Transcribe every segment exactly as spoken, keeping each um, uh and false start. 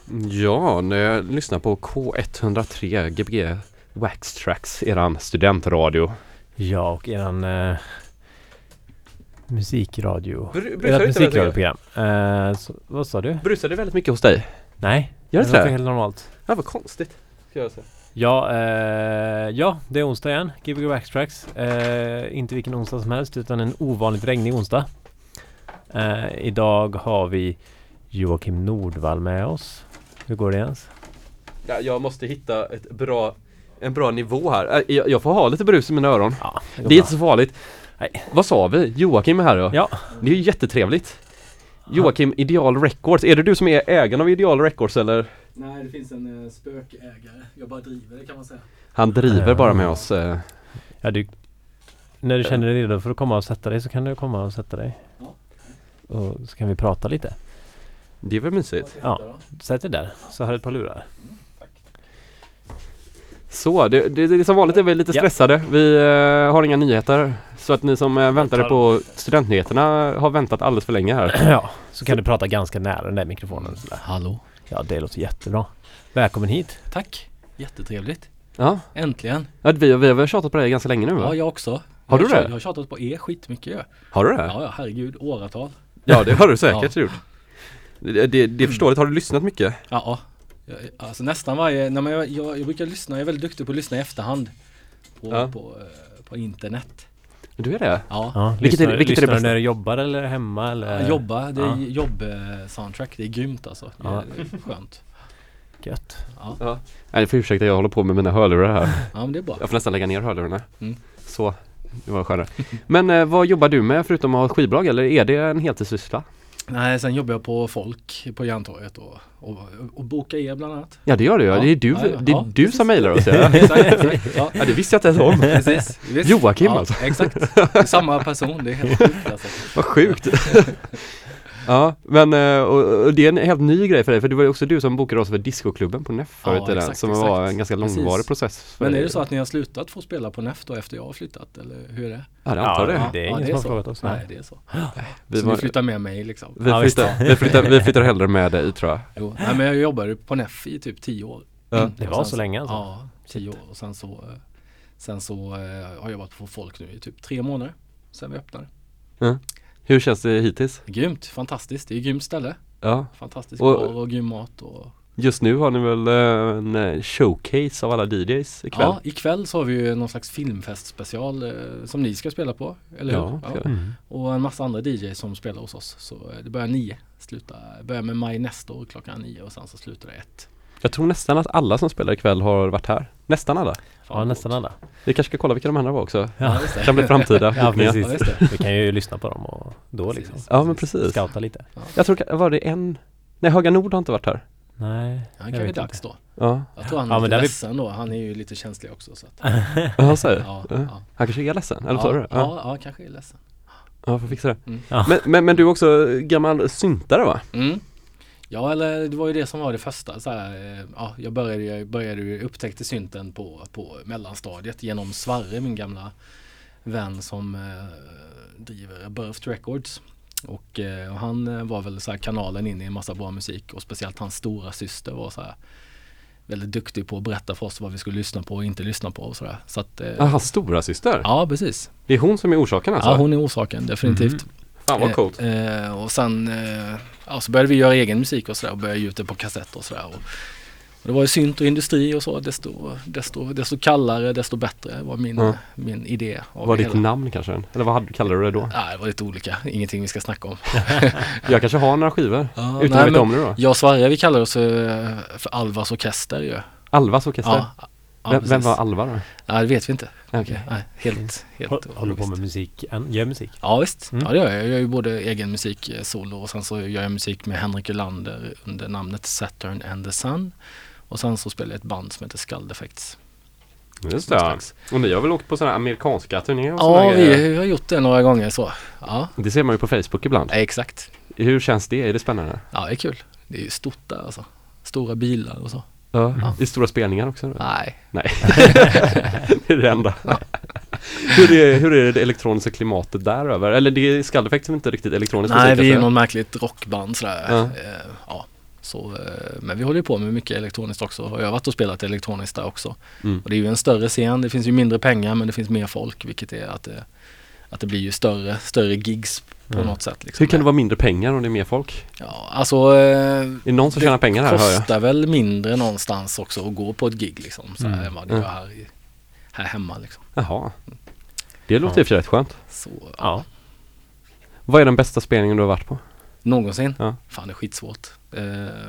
Ja, när jag lyssnar på K etthundratre G B G Wax Tracks, eran studentradio. Ja, och eran eh, musikradio. Br- Ert musikradioprogram. Eh, så, vad sa du? Brusar det väldigt mycket hos dig? Nej, Gör det det låter det? helt normalt. Ja, vad konstigt. Ska jag säga. Ja, eh, ja, det är onsdag igen. G B G Wax Tracks. Eh, inte vilken onsdag som helst, utan en ovanligt regnig onsdag. Eh, idag har vi Joakim Nordvall med oss. Hur går det ens? Ja, jag måste hitta ett bra, en bra nivå här. Jag, jag får ha lite brus i mina öron. Ja, det, Det är inte så farligt. Nej. Vad sa vi? Joakim är här då? Ja. Det är ju jättetrevligt. Joakim, Ideal Records. Är det du som är ägaren av Ideal Records eller? Nej, det finns en uh, spökägare. Jag bara driver det, kan man säga. Han driver Ja. bara med oss. Eh. Ja, du, när du känner dig redo för att komma och sätta dig så kan du komma och sätta dig. Ja. Och så kan vi prata lite. Det är väl mysigt. Ja, sätt dig där. Så har du ett par lurar. Så, det, det, det som vanligt är vi lite Ja. stressade. Vi eh, har inga nyheter. Så att ni som eh, väntade på studentnyheterna har väntat alldeles för länge här. Ja, så kan du prata ganska nära den där mikrofonen. Sådär. Hallå. Ja, det låter jättebra. Välkommen hit. Tack. Jättetrevligt. Ja, Äntligen. ja vi, vi har väl tjatat på dig ganska länge nu va? Ja, jag också. Har du jag det? Jag har tjatat på er skitmycket. Ja, Har du det? ja, ja herregud. Åratal. Ja, det har du säkert Ja. gjort. Det, det, det är förståeligt. Har du lyssnat mycket? Ja, ja. Jag, alltså nästan varje... Nej, men jag, jag, jag brukar lyssna. Jag är väldigt duktig på att lyssna i efterhand. På, Ja. på, eh, på internet. Du är det? Ja. Ja, Vilket är- lyssnar, vilket är det lyssnar du bästa? när du jobbar eller hemma? Eller? Ja, jobba. Det är Ja. jobb-soundtrack. Det är grymt alltså. Det är, Ja. det är skönt. Gött. Ja. Ja. Nej, jag får ursäkta, jag håller på med mina hörlurar här. Ja, men det är bra. Jag får nästan lägga ner hörlurarna. Mm. Så, det var skönare. Men eh, vad jobbar du med förutom att ha ett skivbolag? Eller är det en heltidssyssla? Nej, sen jobbar jag på Folk på Järntorget och, och, och boka er bland annat. Ja, det gör du. Ja. Ja. Det är du, Ja, ja. det är Ja, du precis. som mejlar oss. Ja. Exakt, exakt. Ja. Ja, det visste jag inte ens om. Precis. Visst. Joakim Ja, alltså. Exakt. Det är samma person. Det är helt sjukt alltså. Vad sjukt. Ja, men eh, och, och det är en helt ny grej för dig. För det var ju också du som bokade oss för discoklubben på N E F förut Ja, i den. exakt, Som exakt. var en ganska långvarig Precis. process. För Men är dig. det så att ni har slutat få spela på N E F då efter jag har flyttat? Eller hur är det? Ja, det antar Ja, det. det är Ja, ingen det som har så. frågat oss. Nej, det är så. Vi, Så var, ni flyttar med mig liksom? vi, Ja, visst. flyttar, vi, flyttar, vi flyttar hellre med dig, tror jag. Jo. Nej, men jag jobbade på N E F i typ tio år. Ja. Det Och var sen så länge alltså? Ja, tio år. Och sen så, eh, sen så eh, har jag jobbat på Folk nu i typ tre månader. Sen vi öppnade. Hur känns det hittills? Grymt, fantastiskt. Det är ett grymt ställe. Ja. Fantastisk Och- bar och grym mat. Och... Just nu har ni väl eh, en eh, showcase av alla D Js ikväll? Ja, ikväll så har vi ju någon slags filmfestspecial eh, som ni ska spela på, eller hur? Ja, ska det. Mm. Och en massa andra D Js som spelar hos oss. Så eh, det börjar nio, slutar, börjar med Maj Nestor klockan nio och sen så slutar det ett. Jag tror nästan att alla som spelar ikväll har varit här. Nästan alla. Ja, nästan alla. Vi kanske ska kolla vilka de andra var också. Ja, just det. Kan bli framtida Ja, bokningar. precis. Ja, just det. Vi kan ju lyssna på dem och då liksom. Precis. Ja, men precis. Scouta lite. Jag tror, var det en... Nej, Höga Nord har inte varit här. Nej, Han jag kan bli vet dags då. Ja, Jag tror han Ja, är men lite där vi- ledsen då. Han är ju lite känslig också. Så att, han säger. ja, Ja. ja. Han kanske är ledsen, eller ja, sa du det? ja, ja, kanske är ledsen. Ja, får fixa det. Mm. Ja. Men, men, men du är också gammal syntare, va? Mm. Ja, eller det var ju det som var det första. Så här, eh, ja, jag började, jag började ju upptäckte synten på, på mellanstadiet genom Svarre, min gamla vän som eh, driver Birth Records. Och, eh, och han eh, var väl så här kanalen in i en massa bra musik och speciellt hans stora syster var så här väldigt duktig på att berätta för oss vad vi skulle lyssna på och inte lyssna på och sådär. Så att, eh, Ja, hans stora syster. ja, precis. Det är hon som är orsaken alltså? Ja, hon är orsaken, definitivt. Fan vad coolt. Eh, eh, och sen eh, ja, så började vi göra egen musik och sådär och började ge ut det på kassett och sådär. Och, och det var ju synt och industri och så. Desto, desto, desto kallare, desto bättre var min, Ja. min idé. Av Var det ditt hela. namn kanske? Eller vad hade, kallade du det då? Nej, det var lite olika. Ingenting vi ska snacka om. Jag kanske har några skivor. Ja, Utan nej, att veta men om det då. Jag och Svarre, vi kallar oss eh, för Alvas orkester ju. Alvas orkester? Ja, ja, vem, vem precis. var Alva då? Ja, det vet vi inte. Okej. Nej, helt, helt Hå- Håller du på ovisst. med musik än? Gör musik? Ja visst, Mm. ja, det gör jag. Jag gör ju både egen musik eh, solo och sen så gör jag musik med Henrik Ölander under namnet Saturn and the Sun. Och sen så spelar jag ett band som heter Skull Defects. Just det. Någonstans. Och ni har väl åkt på sådana amerikanska turnéer och såna Ja, grejer? vi har gjort det några gånger så. Ja, Det ser man ju på Facebook ibland. ja, exakt. Hur känns det? Är det spännande? Ja, det är kul. Det är ju stort där alltså. Stora bilar och så. Ja. Ja. I stora spelningar också? Då? Nej. Nej. Det är det enda. hur, är, hur är det elektroniska klimatet där över? Eller det är Skull Defects som inte är riktigt elektroniskt Nej, musik, vi är alltså. någon märkligt rockband sådär. Ja. Eh, ja. Så, eh, men vi håller på med mycket elektroniskt också. Och jag har varit och spelat elektroniskt där också. Mm. Och det är ju en större scen, det finns ju mindre pengar men det finns mer folk, vilket är att det, att det blir ju större, större gigs på Mm. något sätt. Liksom. Hur kan det vara mindre pengar om det är mer folk? Ja, alltså... Eh, Är det någon som tjänar pengar här, hör jag? kostar väl mindre någonstans också att gå på ett gig liksom. Så Mm. här, än vad det Mm. gör här, i, här hemma liksom. Jaha. Det låter Ja. i och för sig rätt skönt. Så, Ja. Vad är den bästa spelningen du har varit på? någonsin? Ja. Fan, det är skitsvårt. Eh,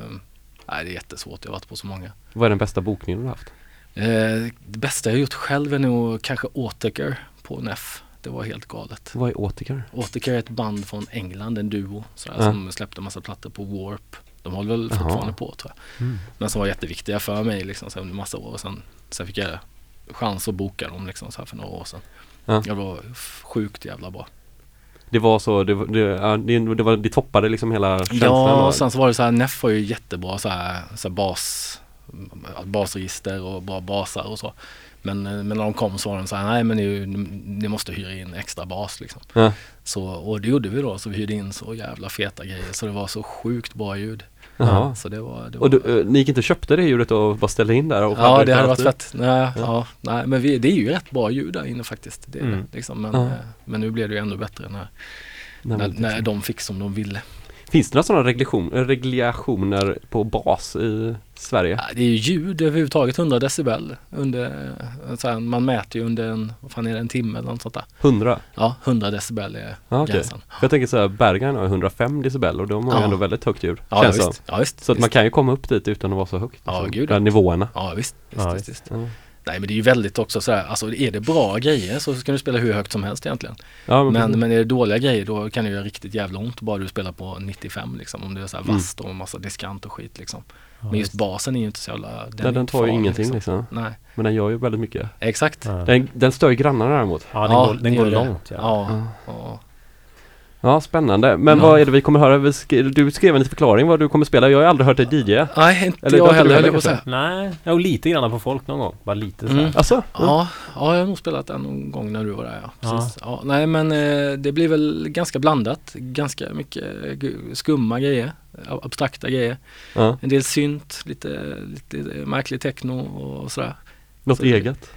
nej, det är jättesvårt. Jag har varit på så många. Vad är den bästa bokningen du har haft? Eh, det bästa jag gjort själv är nog kanske Autiker på N E F. Det var helt galet. Vad är Autiker? Autiker är ett band från England, en duo sådär, Ja. som släppte en massa plattor på Warp. De håller väl fortfarande Jaha. på, tror jag. Mm. Men som var jätteviktiga för mig liksom, så under massa år. Och sen, sen fick jag chans att boka dem liksom, så här för några år sedan. Ja. Det var f- sjukt jävla bra. Det var så, det, var- det, ja, det, det, var, det toppade liksom hela känslan. Ja, och- och sen så var det så här, N E F var ju jättebra så här, så här bas, basregister och bra basar och så. Men, men när de kom så var de så här, nej men ni, ni måste hyra in extra bas liksom. Ja. Så, och det gjorde vi då, så vi hyrde in så jävla feta grejer så det var så sjukt bra ljud. Jaha. Så det var, det var Och du, eh, ni gick inte och köpte det ljudet och bara ställde in där? Och ja, hade det hade varit alltid? fett. Nej, Ja. ja. nej, men vi, det är ju rätt bra ljud där inne faktiskt. Det är Mm. det, liksom, men, Ja. eh, men nu blev det ju ännu bättre när, Nej, när, men- när de fick som de ville. Finns det några sådana reglation, regulationer på bas i Sverige? Ja, det är ju ljud överhuvudtaget, hundra decibel. Under, eh, så här, man mäter ju under en, vad fan är det, en timme eller något sånt där. hundra? Ja, hundra decibel är Ja, okej. gränsen. För jag tänker så här, Berghain har hundra-fem decibel och de har ju Ja. ändå väldigt högt ljud. Ja, känns visst. som. Ja, visst. Så att man visst. kan ju komma upp dit utan att vara så högt. Ja, alltså, gud, de ja. nivåerna. Ja, visst. visst, Ja, visst, visst. visst. Ja. Nej, men det är ju väldigt också så här, alltså är det bra grejer så kan du spela hur högt som helst egentligen. Ja, men, Men, men är det dåliga grejer då kan det göra riktigt jävla ont bara du spelar på nittiofem liksom. Om det är så här Mm. vasst och en massa diskant och skit liksom. Ja, Men just visst. basen är ju inte så jävla... Den, den, är den inte tar ju farlig, ingenting liksom. Nej, Men den gör ju väldigt mycket. exakt. Ja. Den, den stör ju grannarna däremot. Ja, den Ja, går, den det går gör det. långt. Ja. Ja, Ja. ja. Ja, spännande. Men Ja. vad är det vi kommer höra? Vi sk- Du skrev en liten förklaring vad du kommer spela. Jag har ju aldrig hört dig D J. Nej, inte Eller det jag har inte heller du höll jag heller på att säga. Nej, ja, och lite grann på folk någon gång. Bara lite så här. Mm. Alltså? Ja, ja, jag har nog spelat den någon gång när du var där, ja. Precis. Ja. nej, men eh, det blir väl ganska blandat. Ganska mycket gu- skumma grejer, ab- abstrakta grejer. Ja. En del synt, lite, lite märklig techno och sådär. Något Så- eget?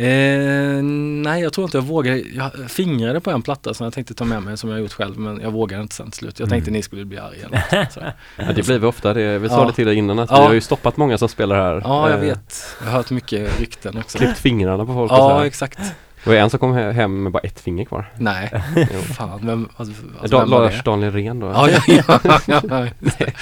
Eh, nej, jag tror inte jag vågar. Jag fingrade på en platta som jag tänkte ta med mig som jag gjort själv, men jag vågade inte sen till slut. Jag tänkte Mm. ni skulle bli arga eller något, sådär. Ja, det blir vi ofta. Det, vi sa Ja. det till dig innan att Ja. vi har ju stoppat många som spelar här. Ja, jag Eh, vet. Jag har hört mycket rykten också. Klippt fingrarna på folk och så Ja, här. exakt. Det var en som kom he- hem med bara ett finger kvar. Nej, Jo. fan. Vem, alltså, alltså, Da- vem var Lars det? Daniel Rehn då. Ja, ja, ja, ja, ja, just det.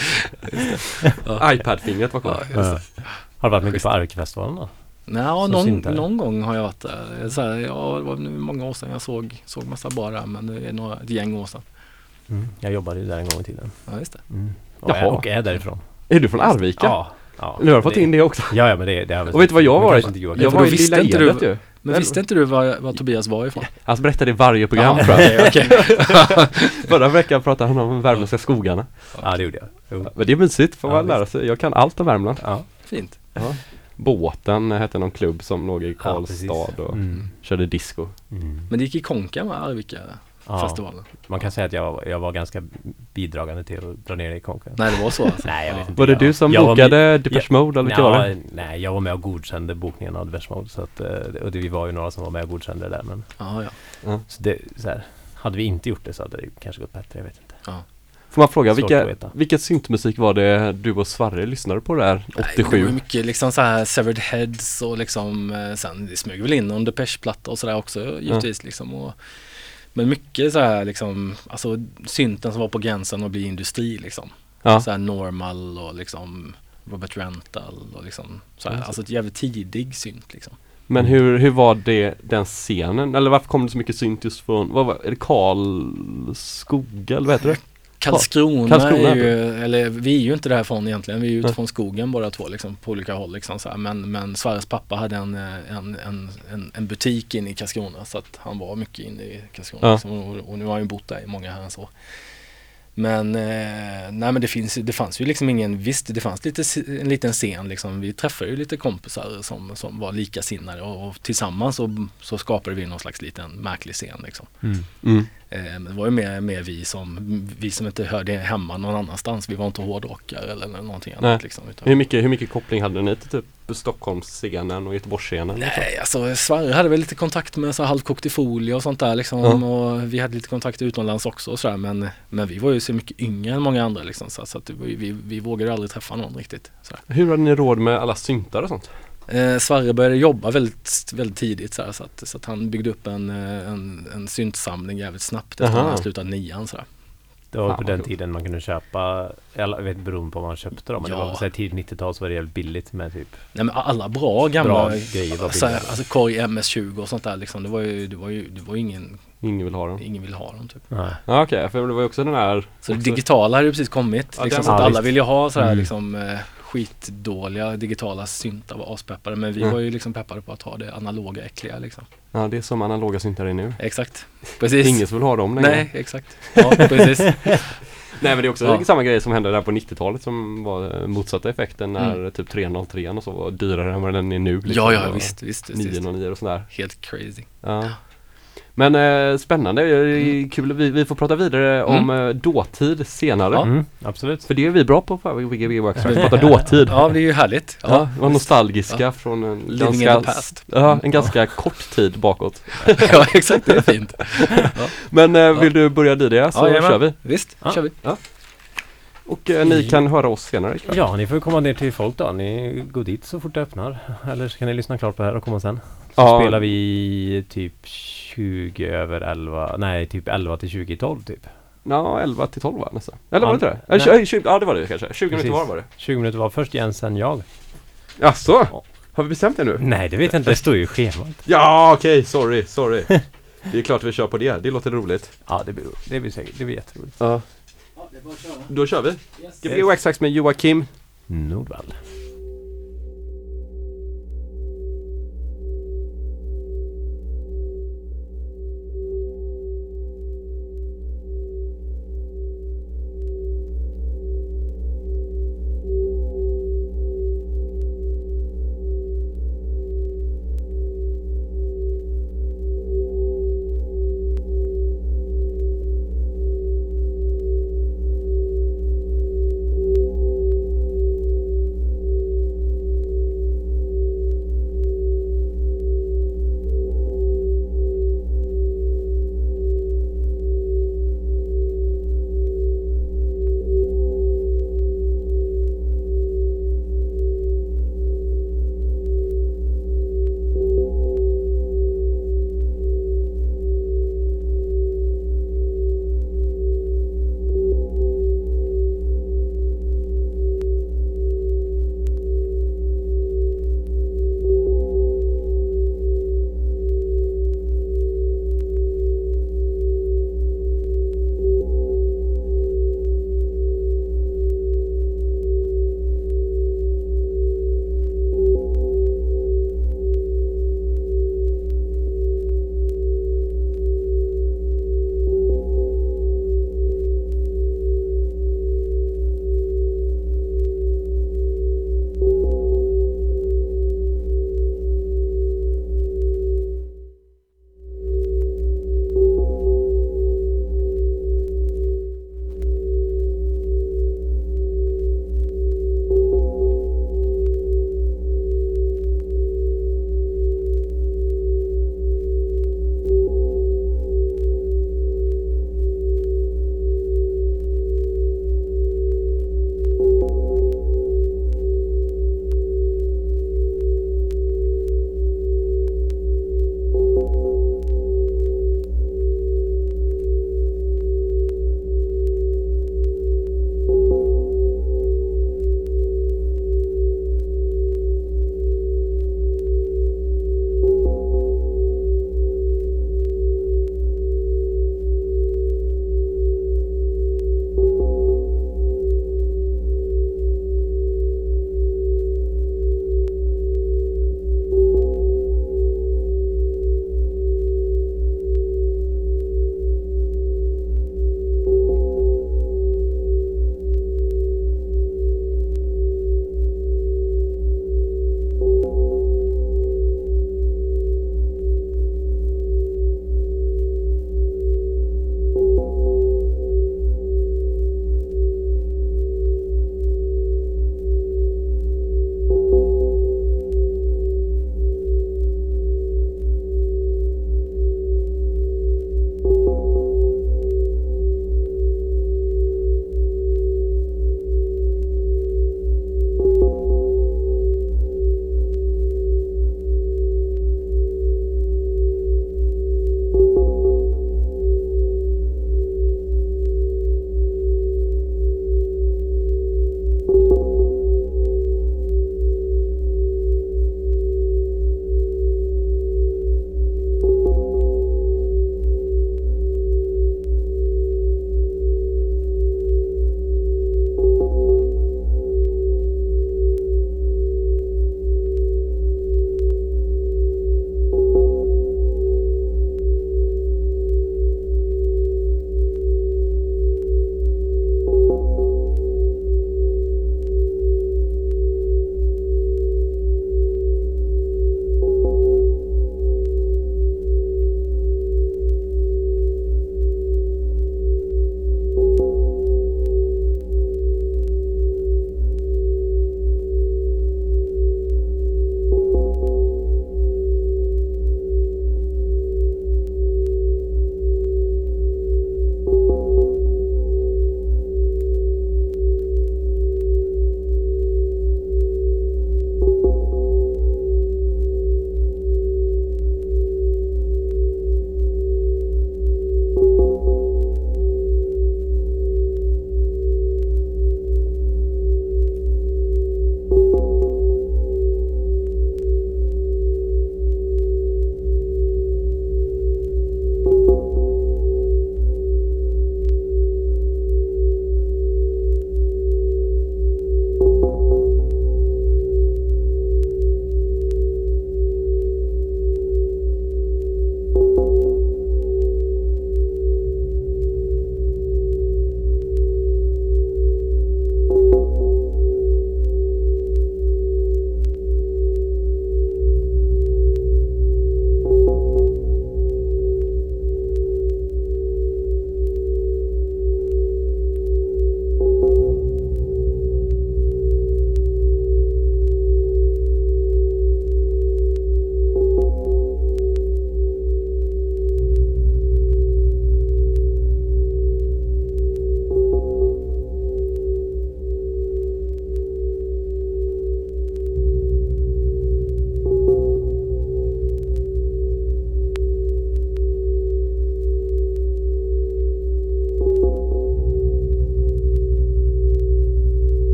Ja. iPad-fingret var kvar. Ja, just det. Har du varit mycket på Arkfestivalen då? Nej, Som någon, syntare. någon någon gång har jag varit där. Så här, ja, det var nu många år sedan jag såg, såg massa bara där, men det är några, ett gäng år sedan. Mm. Jag jobbade ju där en gång i tiden. Ja, just det. Mm. Och, Jaha. är, och är därifrån. Är du från Arvika? Ja. ja Nu har du fått in det också. Ja, ja, men det, det har väl- Och vet du vad jag men har varit? kanske inte Joakim. Jag för var då i visste Lilla inte du- Edet ju. Men visste inte du var, var Tobias var ifrån? Han berättade i varje program Ja, tror jag. okej, okej. Förra veckan pratade han om de värmländska skogarna. Ja, det gjorde jag. Jo. Men det är mysigt, får Ja, man lära visst. sig. Jag kan allt om Värmland. Ja. Fint. Båten hette någon klubb som låg i Ja, Karlstad precis. och Mm. körde disco. Mm. Men det gick i konka med Arvika-festivalen? Ja, man kan säga att jag, var- jag var ganska bidragande till att dra ner det i konken. Nej, det var så alltså. Nej, jag vet inte. Var det jag, du som jag var bokade med- Depeche Mode eller vilka var det? Ja, nej, jag var med och godkände bokningen av Depeche Mode. Så att, eh, och det, vi var ju några som var med och godkände det där. Men, Ja, ja. så det, så här, hade vi inte gjort det så hade det kanske gått bättre, jag vet inte. Får man fråga, Svårt vilka, att veta. vilken syntmusik var det du och Sverre lyssnade på där Nej, det var åttiosju? ju mycket liksom så här Severed Heads och liksom eh, sen det smög väl in en Depeche-platta och sådär också givetvis liksom och, men mycket så här liksom alltså synten som var på gränsen att bli industri liksom. Ja. Så här Normal och liksom Robert Rental och liksom så här, Ja, så- alltså ett jävligt tidig synt liksom. Men hur, hur var det den scenen? Eller varför kom det så mycket synt just från, vad var, är det Karlskoga eller vad heter det? Karlskrona, Karlskrona är ju, eller vi är ju inte därifrån egentligen, vi är ju Nej. utifrån skogen båda två liksom, på olika håll liksom, så här. Men, men Sverres pappa hade en, en, en, en, en butik inne i Karlskrona så att han var mycket inne i Karlskrona Ja. liksom, och, och nu har han ju bott där i många herrans år. Men, eh, nej men det finns ju- det fanns ju liksom ingen, visst det fanns lite, se- en liten scen liksom, vi träffade ju lite kompisar som, som var likasinnade och, och tillsammans så, så skapade vi någon slags liten märklig scen liksom. Mm. Mm. Eh, men det var ju mer, mer vi som vi som inte hörde hemma någon annanstans. Vi var inte hårdrockare eller någonting annat. Nej. Liksom, utan... Hur mycket, hur mycket koppling hade ni till typ Stockholmsscenen och Göteborgsscenen? Nej, alltså Sverige hade väl lite kontakt med så här halvkokt i folie och sånt där liksom. Ja. Och vi hade lite kontakt utomlands också och sådär. Men, men vi var ju så mycket yngre än många andra liksom. Så, så att vi, vi, vi vågade aldrig träffa någon riktigt. Så Hur hade ni råd med alla syntar och sånt? Eh, Sverige började jobba väldigt, väldigt tidigt så, här, så, att, så att han byggde upp en, en, en syntsamling jävligt snabbt efter Aha. att han slutade nian. Så här. Det var Fan, på vad den coolt. tiden man kunde köpa, jag vet beroende på vad man köpte dem, men Ja. det var så här tidigt nittiotal så var det jävligt billigt med typ Nej, men alla bra gamla bra grejer var så här, billiga. alltså Korg M S tjugo och sånt där liksom, det var ju, det var ju, det var ju ingen, Ingen vill ha dem. ingen vill ha dem typ. Nej. Ja, okej, för det var ju också den här... Så det också, digitala hade ju precis kommit, Ja, liksom, den- så att ja, alla visst. vill ju ha så här, Mm. liksom, eh, skitdåliga digitala syntar var aspeppade, men vi Mm. var ju liksom peppade på att ha det analoga äckliga liksom. Ja, det är som analoga syntar är nu. Exakt, precis. Ingen vill ha dem längre. Nej, exakt. Ja, precis. Nej, men det är också Ja. samma grej som hände där på nittiotalet som var eh, motsatta effekten när Mm. typ tre noll tre och så var dyrare än vad den är nu. Ja, ja, och visst, visst, visst, nio visst. noll nio och sådär. Helt crazy. Ja. Men eh, spännande, det är kul. Vi, vi får prata vidare om eh, dåtid senare. Ja. Mm, absolut. För det är vi bra på på W G B Workshop, prata dåtid. Ja, det är ju härligt. Ja, Ja, det var nostalgiska från en Living ganska, in the past. ja, en ganska kort tid bakåt. ja, exakt, det är fint. Men eh, vill du börja Didier så jajamän. kör vi. Visst, Ja. kör vi. Och eh, ni kan höra oss senare ikväll. Ja, ni får komma ner till folk då. Ni går dit så fort det öppnar. Eller så kan ni lyssna klart på det här och komma sen. Så Ja. spelar vi typ tjugo över elva, nej typ elva till tjugo i tolv typ. Ja, elva till tolv var det nästan. Eller var Ja. det inte det? Eller, Nej. tjugo, tjugo, ja, det var det kanske. tjugo minuter Precis. var var det. tjugo minuter var först Jens, sen jag. Jaså? Ja. Har vi bestämt det nu? Nej, det vet jag inte. Det står ju i schemat. Ja, okej, sorry, sorry. Det är klart vi kör på det. Det låter roligt. Ja, det blir, det blir säkert. Det blir jätteroligt. Ja. Ja, det är bara att köra. Då kör vi. Yes. G B G Wax med Joakim. Nordvall.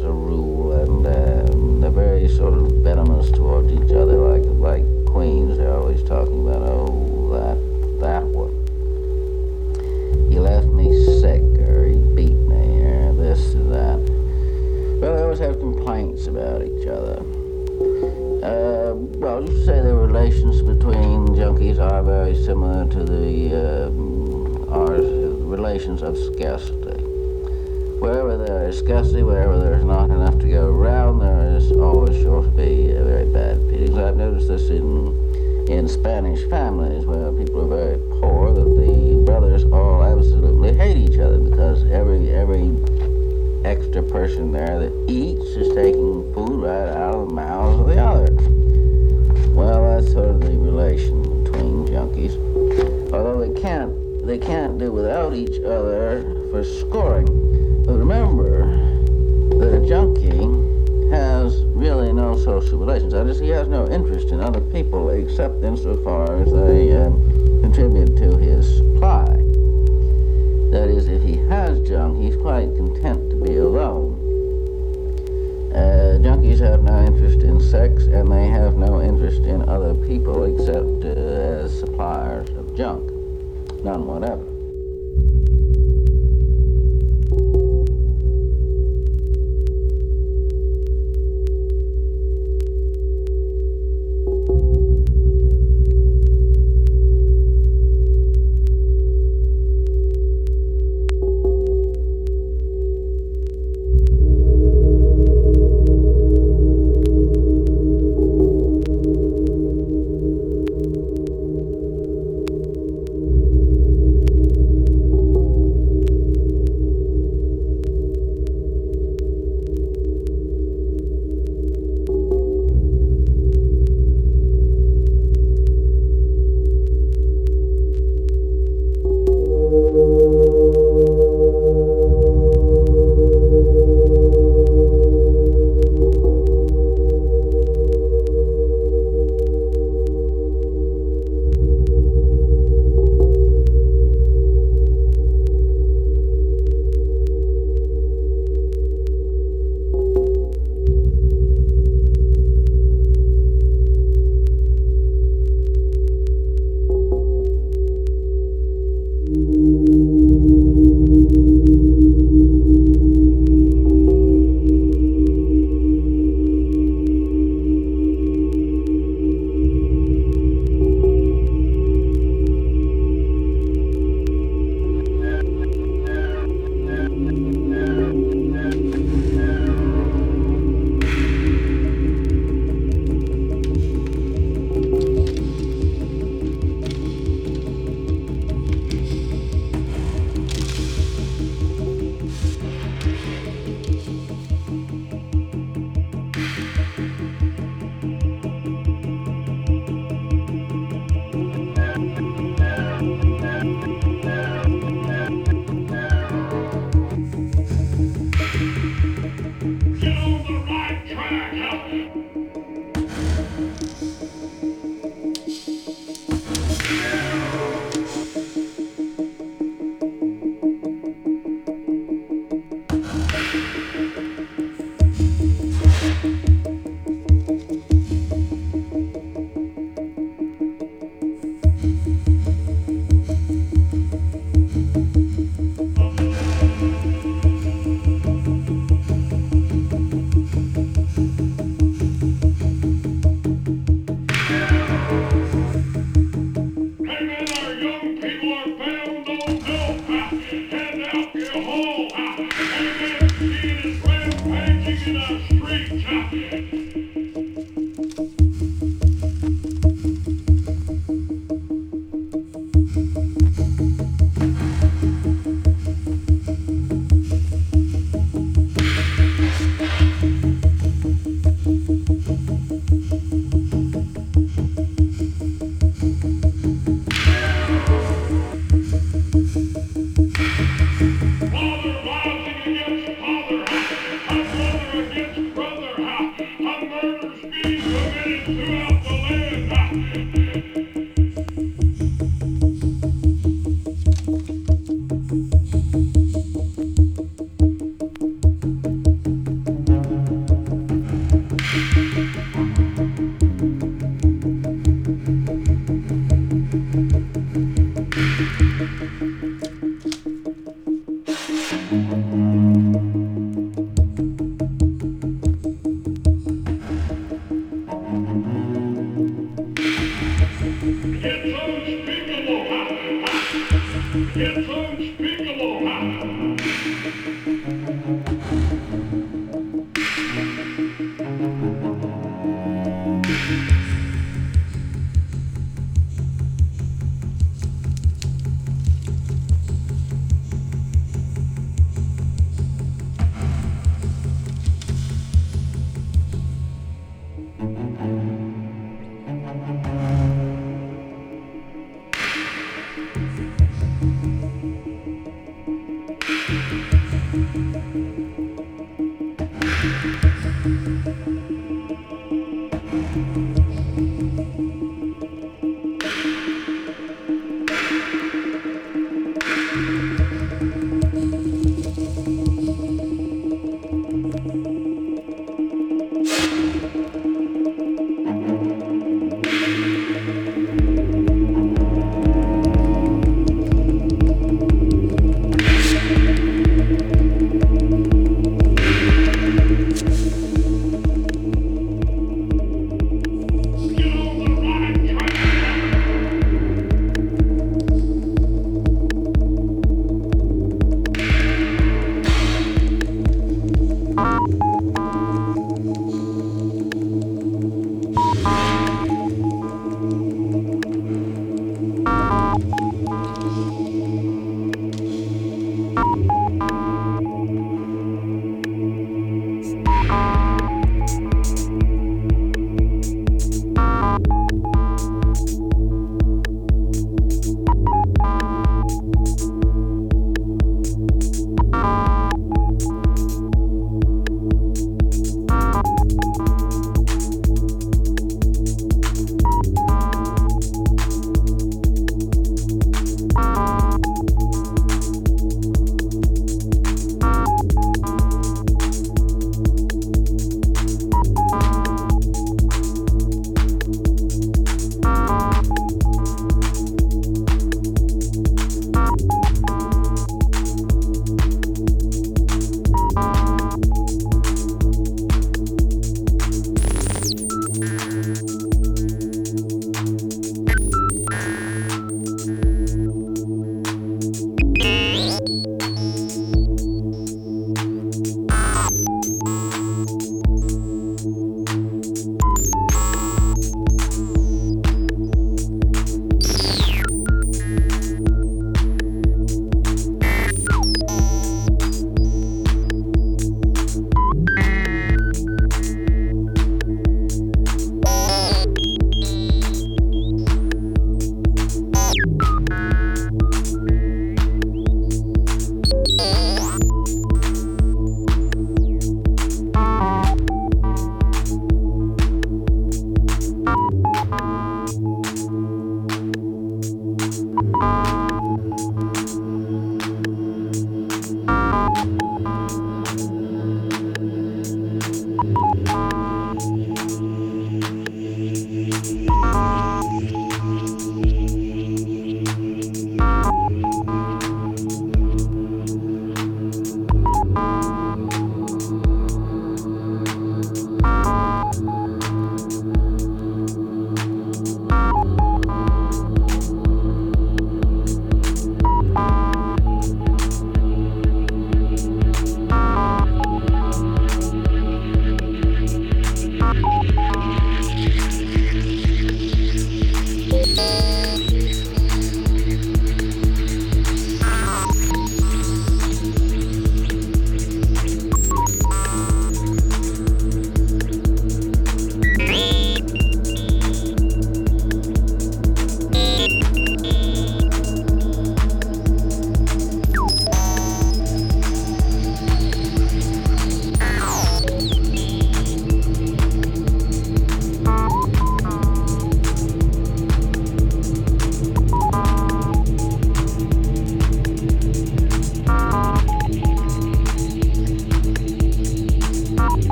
as a rule, and um, they're very sort of venomous towards each other, like like queens. They're always talking about, oh, that that one. He left me sick, or he beat me, or this or that. Well, they always have complaints about each other. Uh, well, you say the relations between junkies are very similar to the uh, our relations of scarcity. Wherever there is scarcity, wherever there is not enough to go around, there is always sure to be uh, very bad feelings. I've noticed this in in Spanish families where people are very poor, that the brothers all absolutely hate each other because every every extra person there that eats is taking food right out of the mouths of the other. Well, that's sort of the relation between junkies. Although they can't they can't do without each other for scoring. But remember that a junkie has really no social relations. That is, he has no interest in other people except insofar as they um, contribute to his supply. That is, if he has junk, he's quite content to be alone. Uh, junkies have no interest in sex, and they have no interest in other people except uh, as suppliers of junk. None whatever.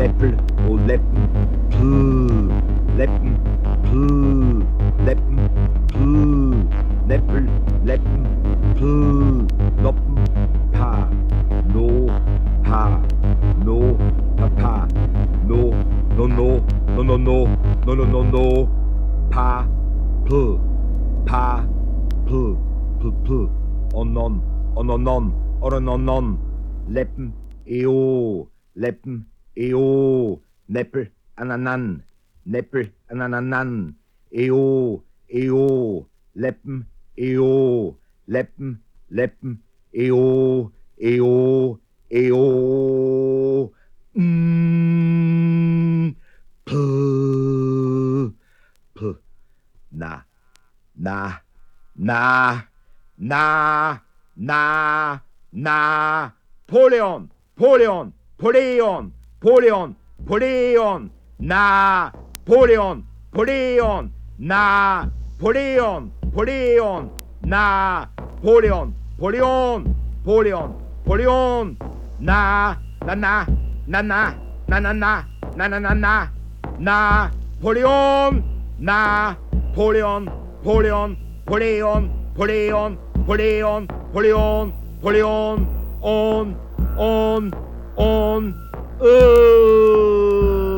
näppel och läppen. Puh, läppen, puh, läppen, puh, näppel, läppen, puh, loppen, pa, no, pa, no, pa, pa, no, no, no, no, no, no, no, no, no, no, pa, puh, pa, puh, puh, puh, onon, ononon, ononon, läppen, eo, läppen, eo, näppel, ananan, näppel, anananan, eo, eo, läppen, eo, läppen, läppen, eo, eo, eo, mm, puh, puh, na, na, na, na, na, Napoleon, Napoleon, Napoleon, Napoleon, Napoleon, Napoleon, Napoleon, Napoleon, Napoleon, Napoleon, Napoleon, Napoleon, Napoleon, na, na, na, na, na, na, na, na, na, na, na, na, Napoleon, Napoleon, Napoleon, Napoleon, Napoleon, Napoleon, Napoleon, Napoleon, on, on, on, uh.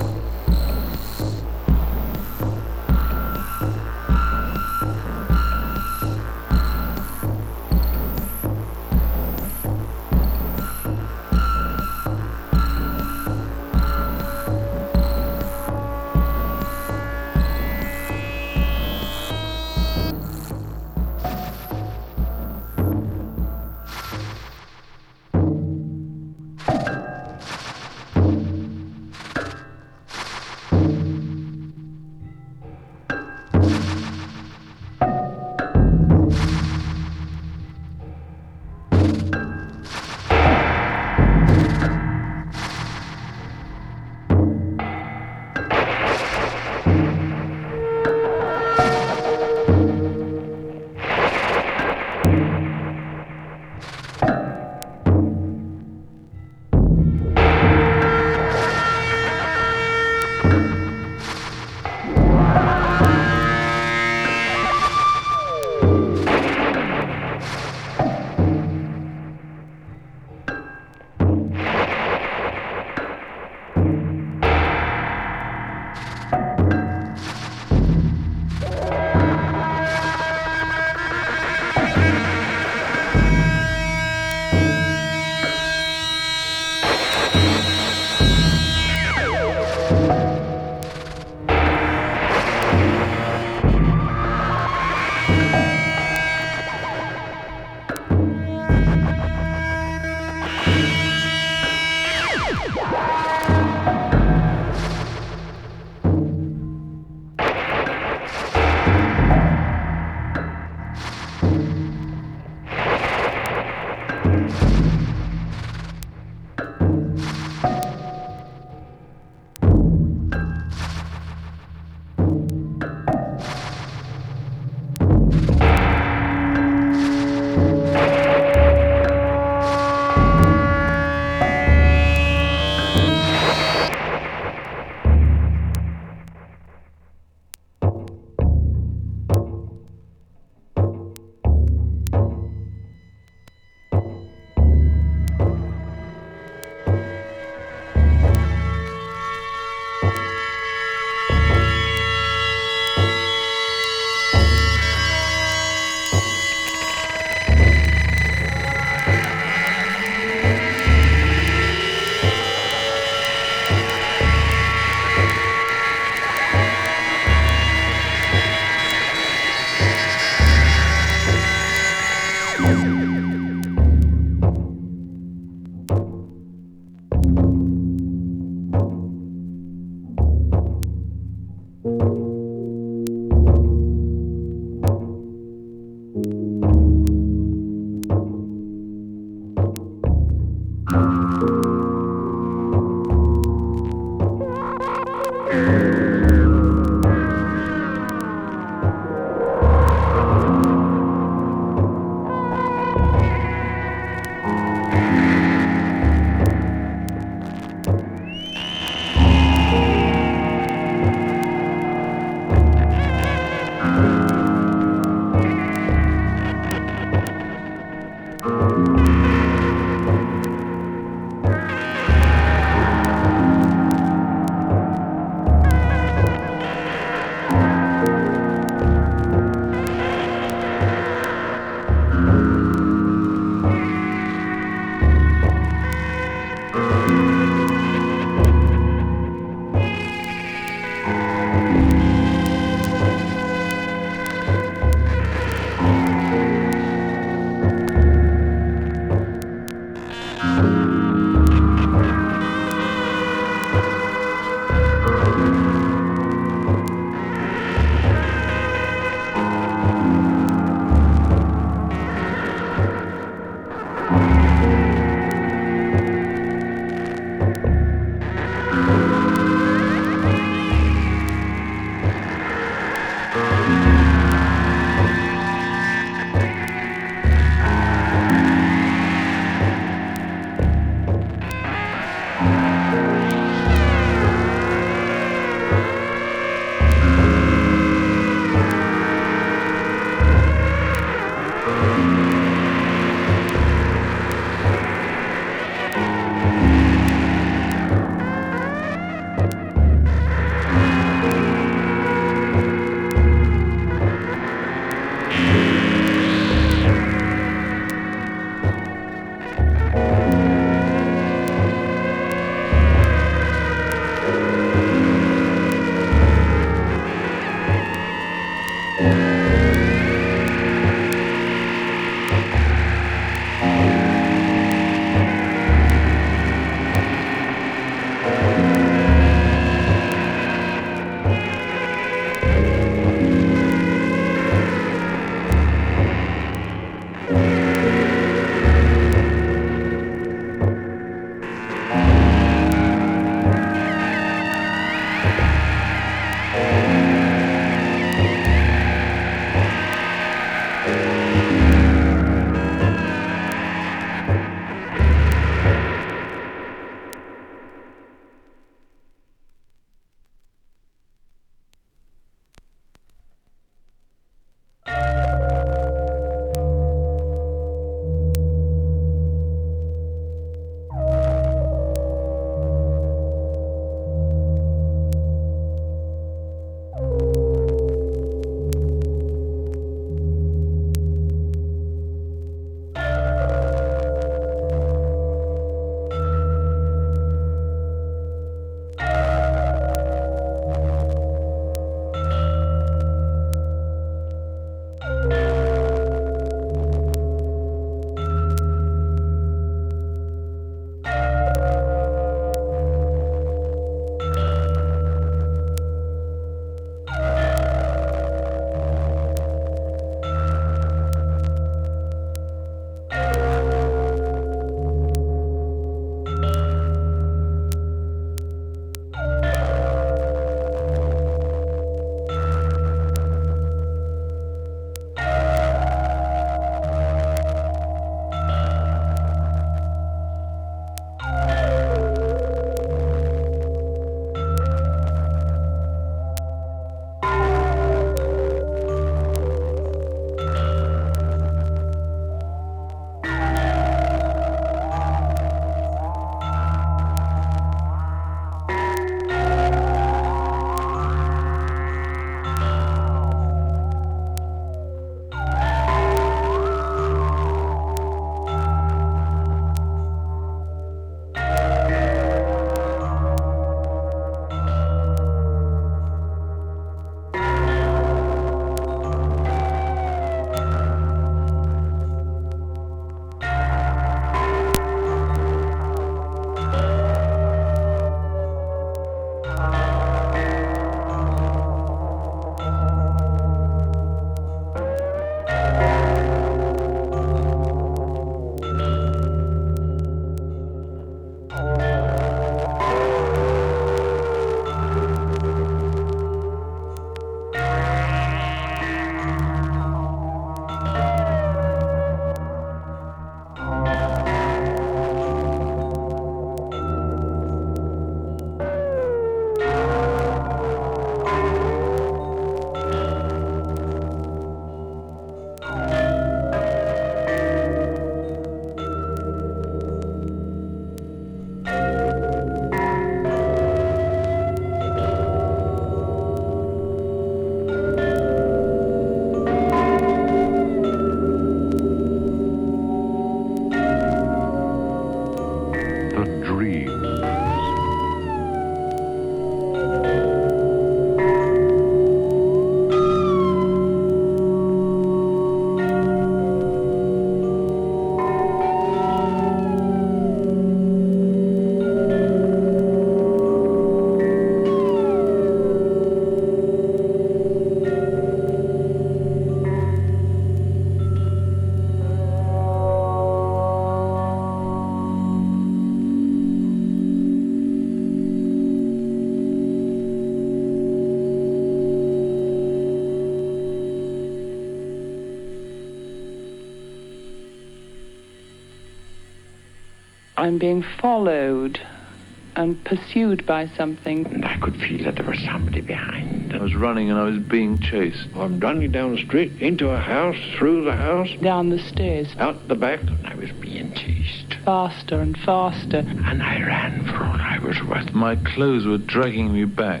I'm being followed and pursued by something. And I could feel that there was somebody behind. I was running and I was being chased. I'm running down the street, into a house, through the house, Down the stairs, out the back. I was being chased. Faster and faster. And I ran for all I was worth. My clothes were dragging me back.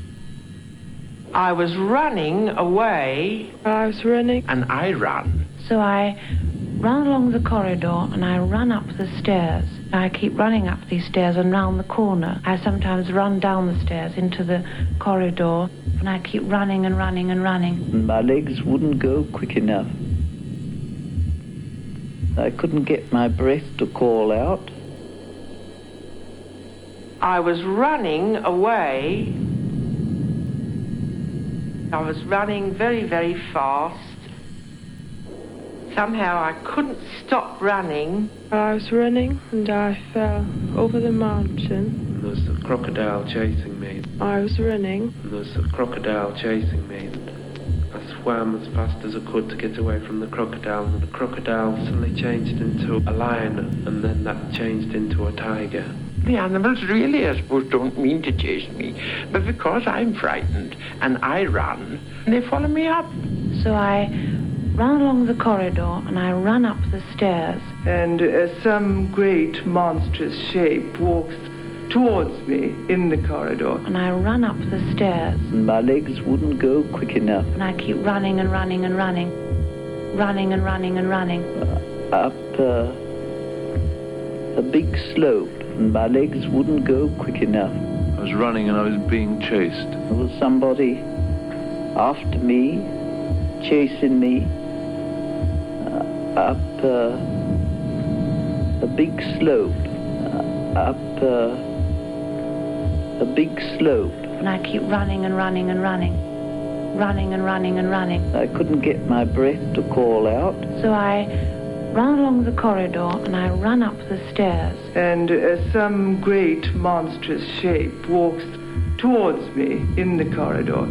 I was running away. I was running. And I ran. So I run along the corridor and I run up the stairs. I keep running up these stairs and round the corner. I sometimes run down the stairs into the corridor and I keep running and running and running. My legs wouldn't go quick enough. I couldn't get my breath to call out. I was running away. I was running very, very fast. Somehow I couldn't stop running. I was running and I fell over the mountain. There was a crocodile chasing me. I was running. And there was a crocodile chasing me. I swam as fast as I could to get away from the crocodile, and the crocodile suddenly changed into a lion, and then that changed into a tiger. The animals really, I suppose, don't mean to chase me, but because I'm frightened and I run, they follow me up. So I run along the corridor and I run up the stairs. And uh, some great monstrous shape walks towards me in the corridor. And I run up the stairs. My legs wouldn't go quick enough. And I keep running and running and running. Running and running and running. Uh, up uh, a big slope. And my legs wouldn't go quick enough. I was running and I was being chased. There was somebody after me, chasing me, uh, up uh, a big slope, uh, up uh, a big slope. And I keep running and running and running, running and running and running. I couldn't get my breath to call out. So I run along the corridor and I run up the stairs. And uh, some great monstrous shape walks towards me in the corridor.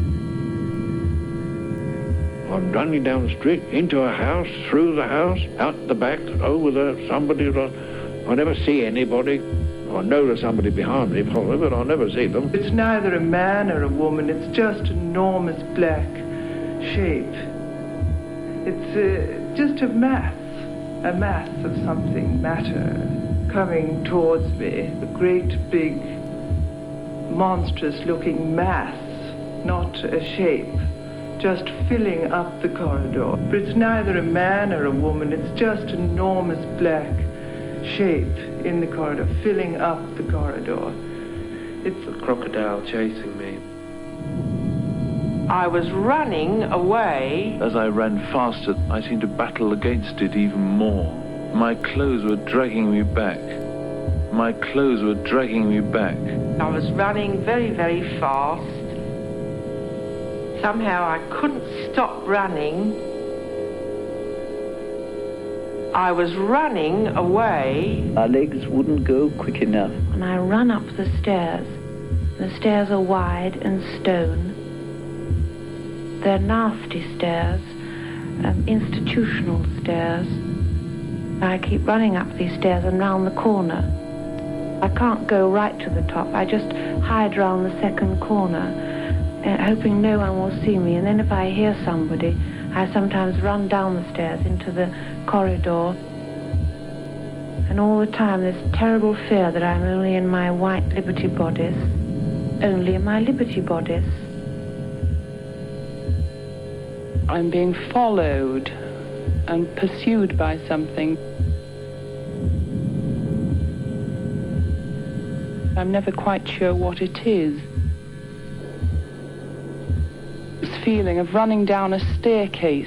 I'm running down the street, into a house, through the house, out the back, over there, somebody. I never see anybody. I know there's somebody behind me, but I never see them. It's neither a man or a woman, it's just an enormous black shape. It's uh, just a mass, a mass of something, matter, coming towards me. A great big, monstrous looking mass, not a shape. Just filling up the corridor. But it's neither a man or a woman, it's just an enormous black shape in the corridor, filling up the corridor. It's a crocodile chasing me. I was running away. As I ran faster, I seemed to battle against it even more. My clothes were dragging me back. My clothes were dragging me back. I was running very, very fast. Somehow I couldn't stop running. I was running away. My legs wouldn't go quick enough. And I run up the stairs. The stairs are wide and stone. They're nasty stairs, um, institutional stairs. I keep running up these stairs and round the corner. I can't go right to the top. I just hide round the second corner. Uh, hoping no one will see me, and then if I hear somebody, I sometimes run down the stairs into the corridor, and all the time this terrible fear that I'm only in my white Liberty bodice, only in my Liberty bodice. I'm being followed and pursued by something. I'm never quite sure what it is. Feeling of running down a staircase.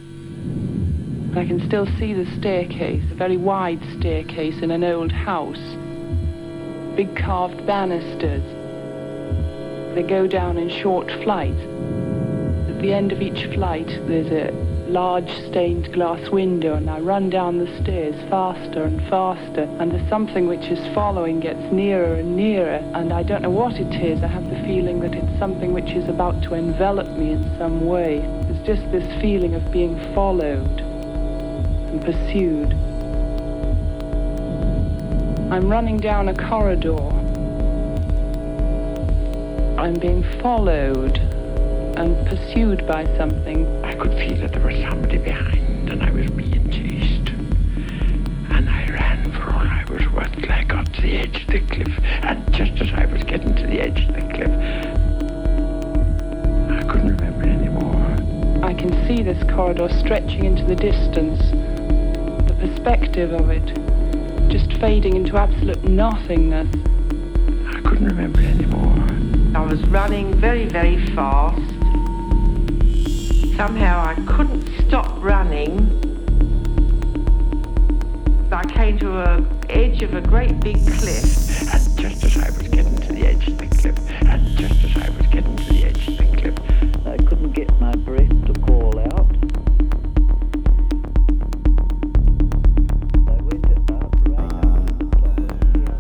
I can still see the staircase, a very wide staircase in an old house. Big carved banisters. They go down in short flights. At the end of each flight, there's a large stained glass window, and I run down the stairs faster and faster, and there's something which is following, gets nearer and nearer, and I don't know what it is. I have the feeling that it's something which is about to envelop me in some way. It's just this feeling of being followed and pursued. I'm running down a corridor. I'm being followed and pursued by something. I could feel that there was somebody behind and I was being chased. And I ran for all I was worth till I got to the edge of the cliff. And just as I was getting to the edge of the cliff, I couldn't remember it anymore. I can see this corridor stretching into the distance. The perspective of it just fading into absolute nothingness. I couldn't remember it anymore. I was running very, very fast. Somehow I couldn't stop running. I came to the edge of a great big cliff. And just as I was getting to the edge of the cliff, and just as I was getting to the edge of the cliff, I couldn't get my breath to call out. I went about right up to the top of the hill.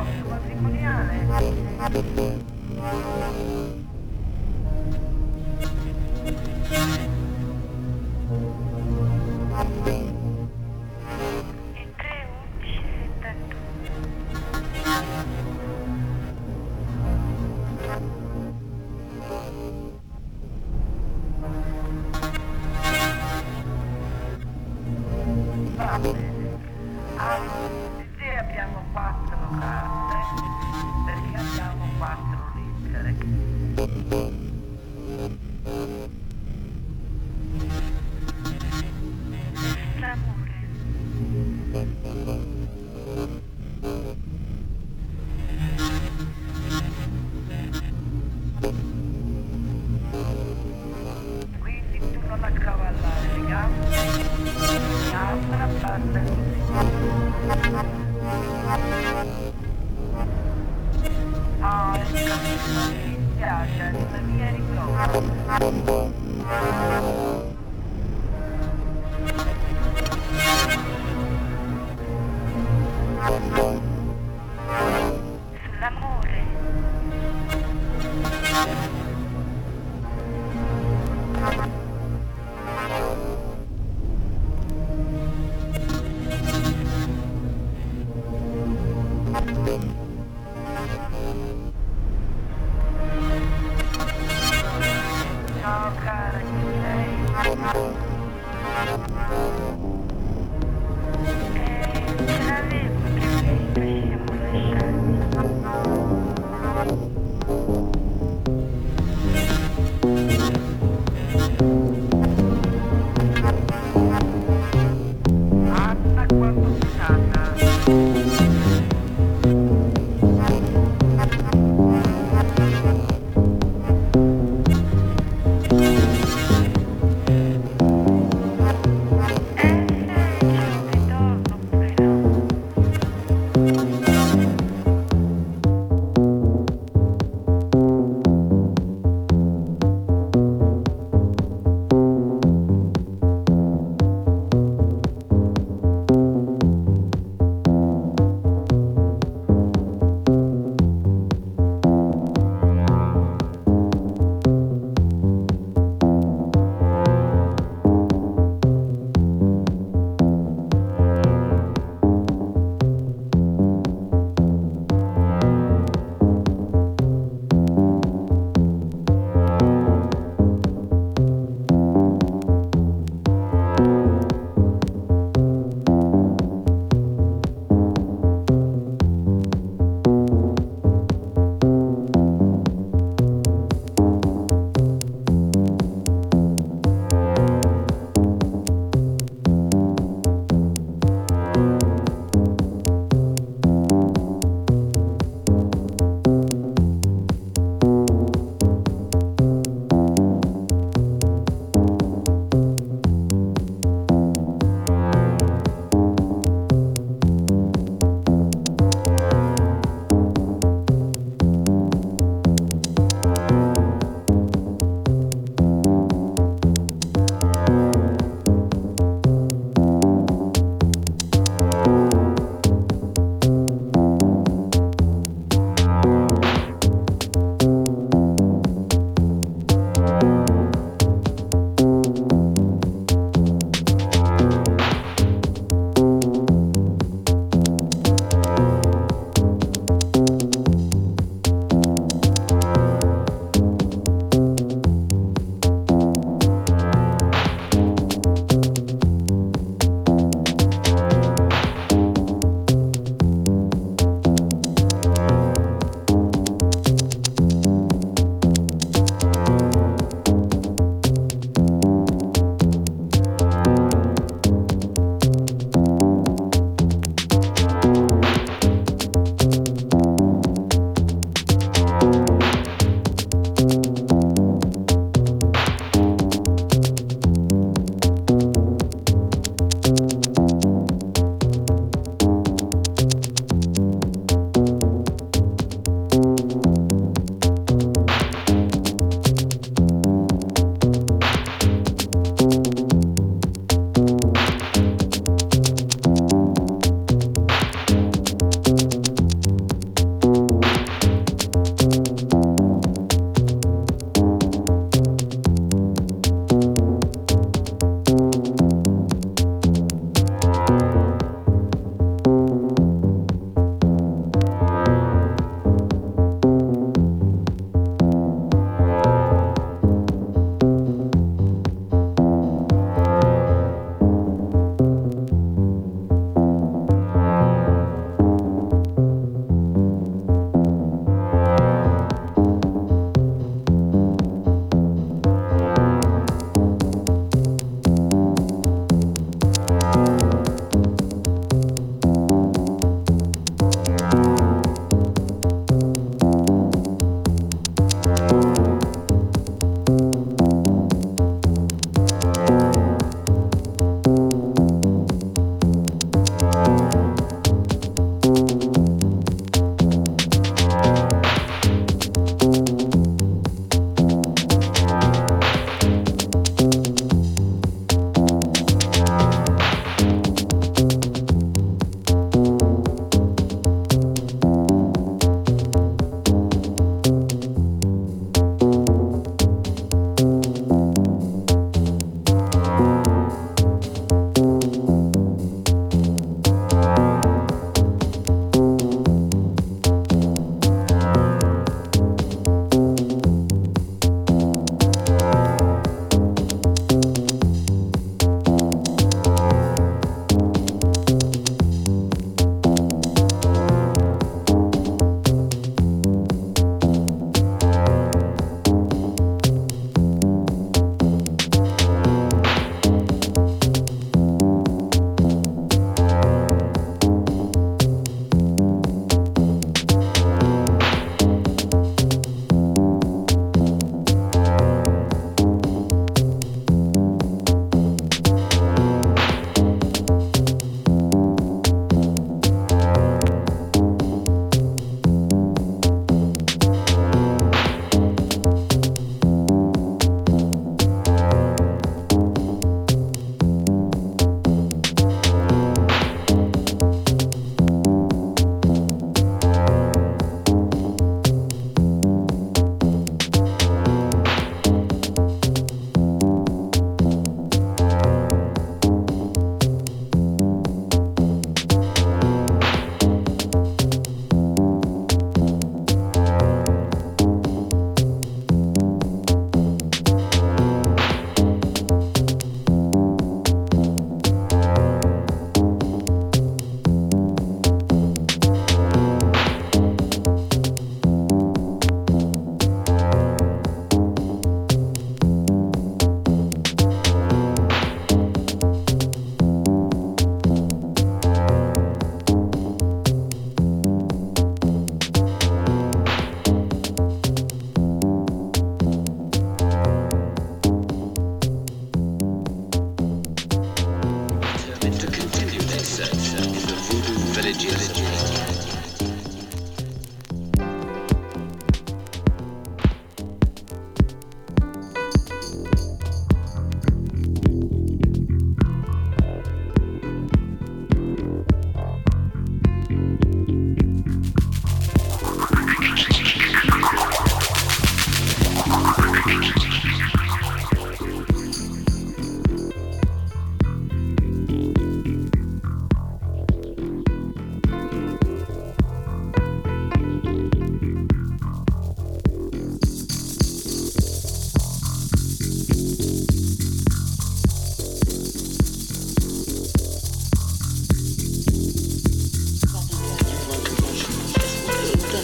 Ciao cara, chi sei?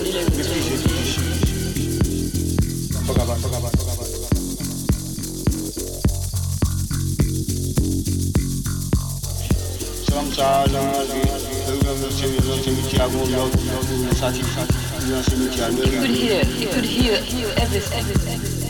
You could hear, you could hear, hear everything, everything, everything.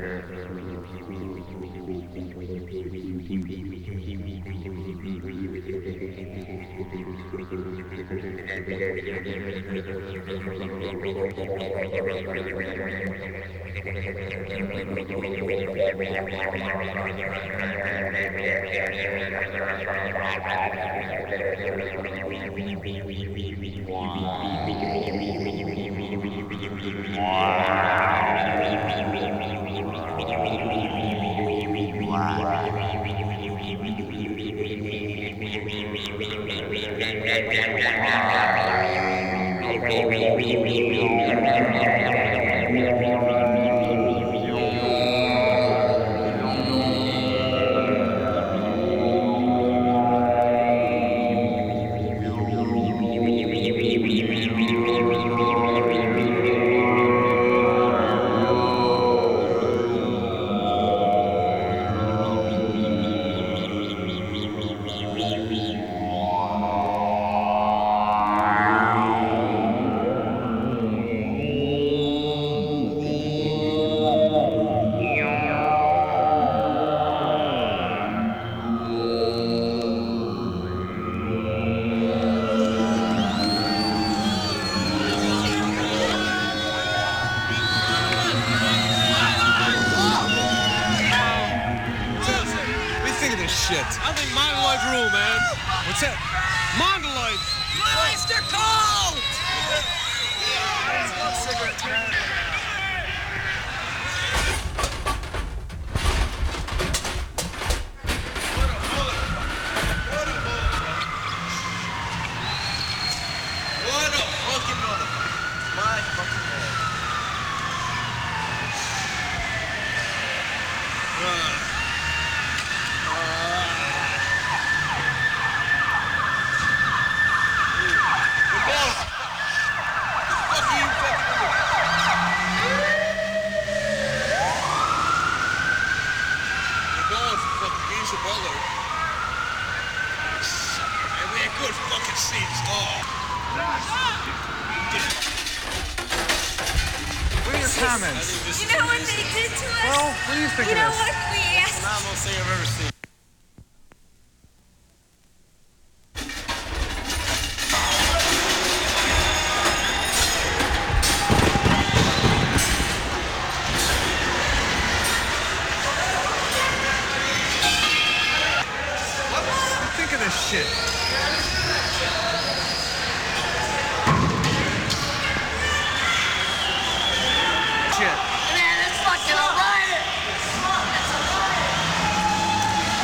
I think Mongoloids rule, man. What's that? Mongoloids! Guys, they're cold! Cigarettes, man. What a fucking motherfucker. My fucking head. Uh. Comments. You know what they did to us? Well, what do you think you of know this? what we asked? Not the most thing I've ever seen. What do you think of this shit? Man, it's fucking alright!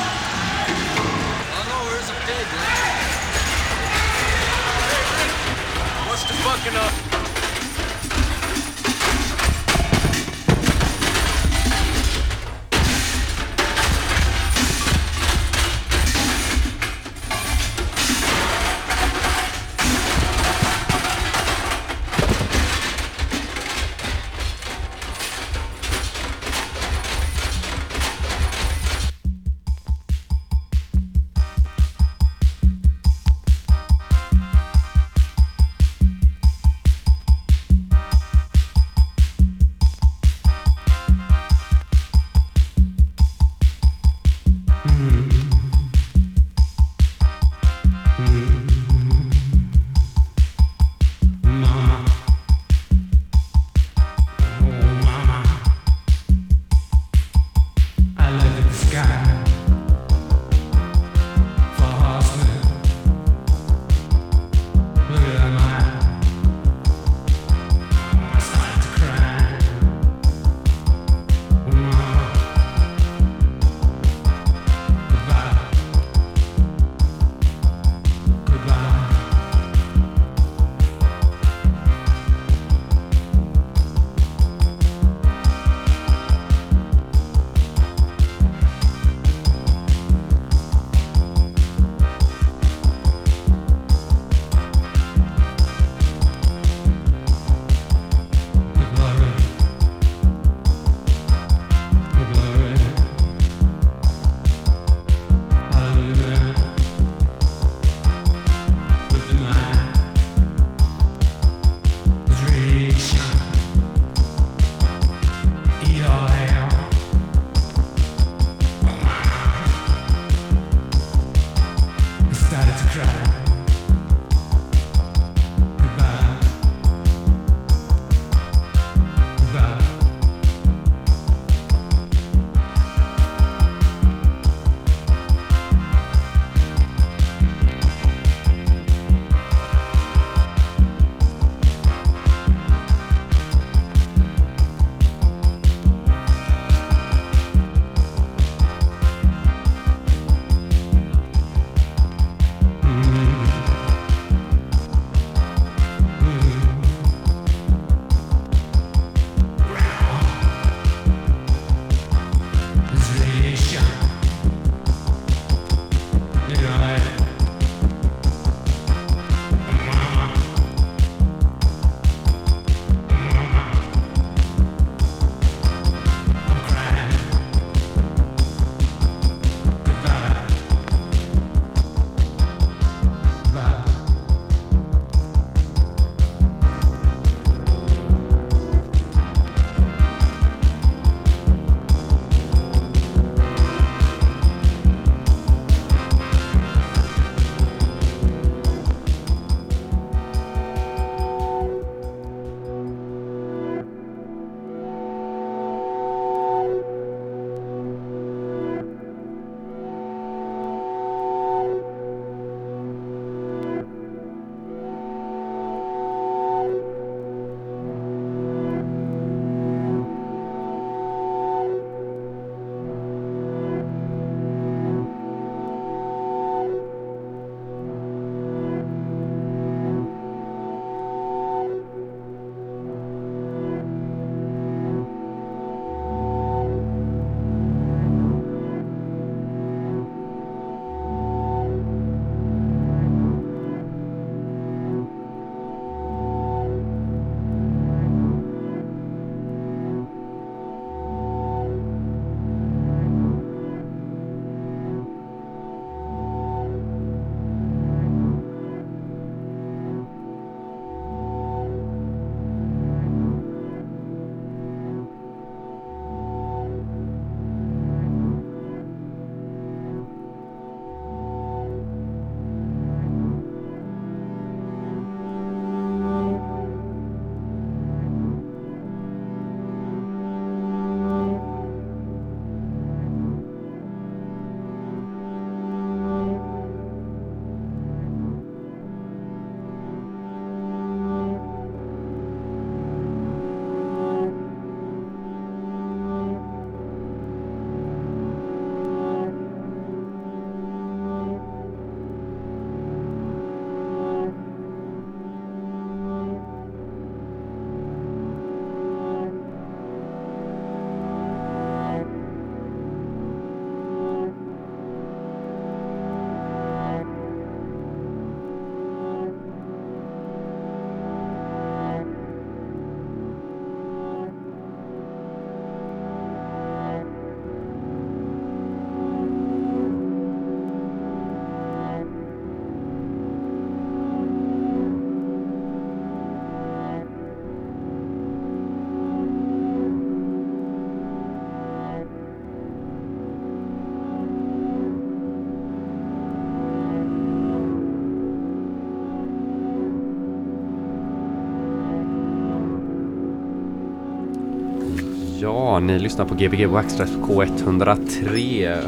Ja, ni lyssnar på G B G Waxtrax K ett noll tre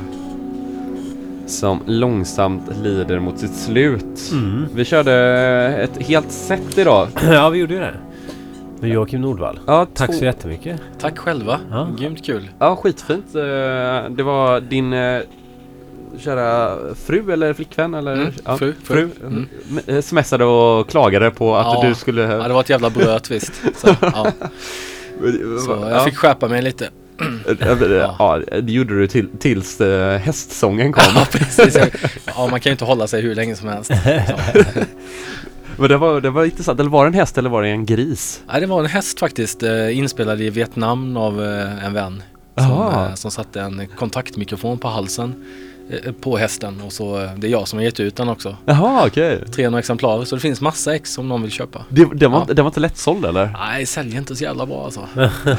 som långsamt lider mot sitt slut. Mm. Vi körde ett helt set idag. Ja, vi gjorde ju det. Med Joakim Nordvall. Ja, Tack två... så jättemycket. Tack själva. Ja. Grymt kul. Ja, skitfint. Det var din uh, kära fru eller flickvän eller mm, ja, fru, fru. fru. Mm. smsade och klagade på att ja. du skulle... Ja, det var ett jävla bröt visst. Så, ja. Så jag fick skärpa mig lite. ja. ja, det gjorde du till, tills uh, hästsången kom. Ja, precis. Ja, man kan ju inte hålla sig hur länge som helst. Men det var, det var intressant. Eller var det en häst eller var det en gris? Nej, det var en häst faktiskt. Eh, inspelad i Vietnam av eh, en vän. Som, eh, som satte en kontaktmikrofon på halsen eh, på hästen. Och så, eh, det är jag som har gett ut den också. Jaha, okej. Okay. trehundra exemplar. Så det finns massa ex om någon vill köpa. Det, det, var, ja. det var inte lätt såld eller? Nej, säljer inte så jävla bra alltså.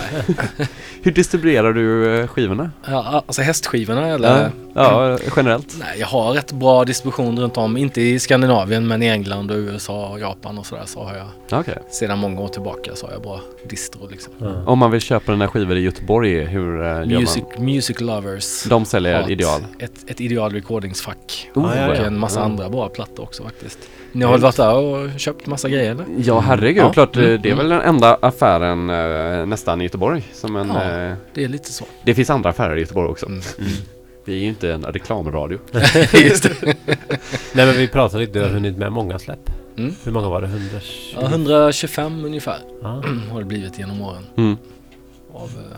Hur distribuerar du skivorna? Ja, alltså hästskivorna eller? Ja, ja, generellt. Nej, jag har rätt bra distribution runt om. Inte i Skandinavien men i England och U S A och Japan och sådär så har jag. Okay. Sedan många år tillbaka så har jag bra distro liksom. Mm. Om man vill köpa den här skivor i Göteborg, hur uh, Music, Music Lovers. De säljer Ideal. Ett, ett Ideal recordings-fack. Oh, och ja, ja. en massa ja. andra bra plattor också faktiskt. Ni har väl varit där och köpt massa grejer eller? Ja, herregud. Ja. Klart, Mm. det är väl den enda affären uh, nästan i Göteborg. Som en, ja, uh, det är lite så. Det finns andra affärer i Göteborg också. Mm. Mm. Vi är ju inte en reklamradio. Just det. Nej, men vi pratade lite, du har hunnit med många släpp. Mm. Hur många var det? hundratjugo? Ja, hundratjugofem ungefär ah. har det blivit genom åren. Mm. Av uh,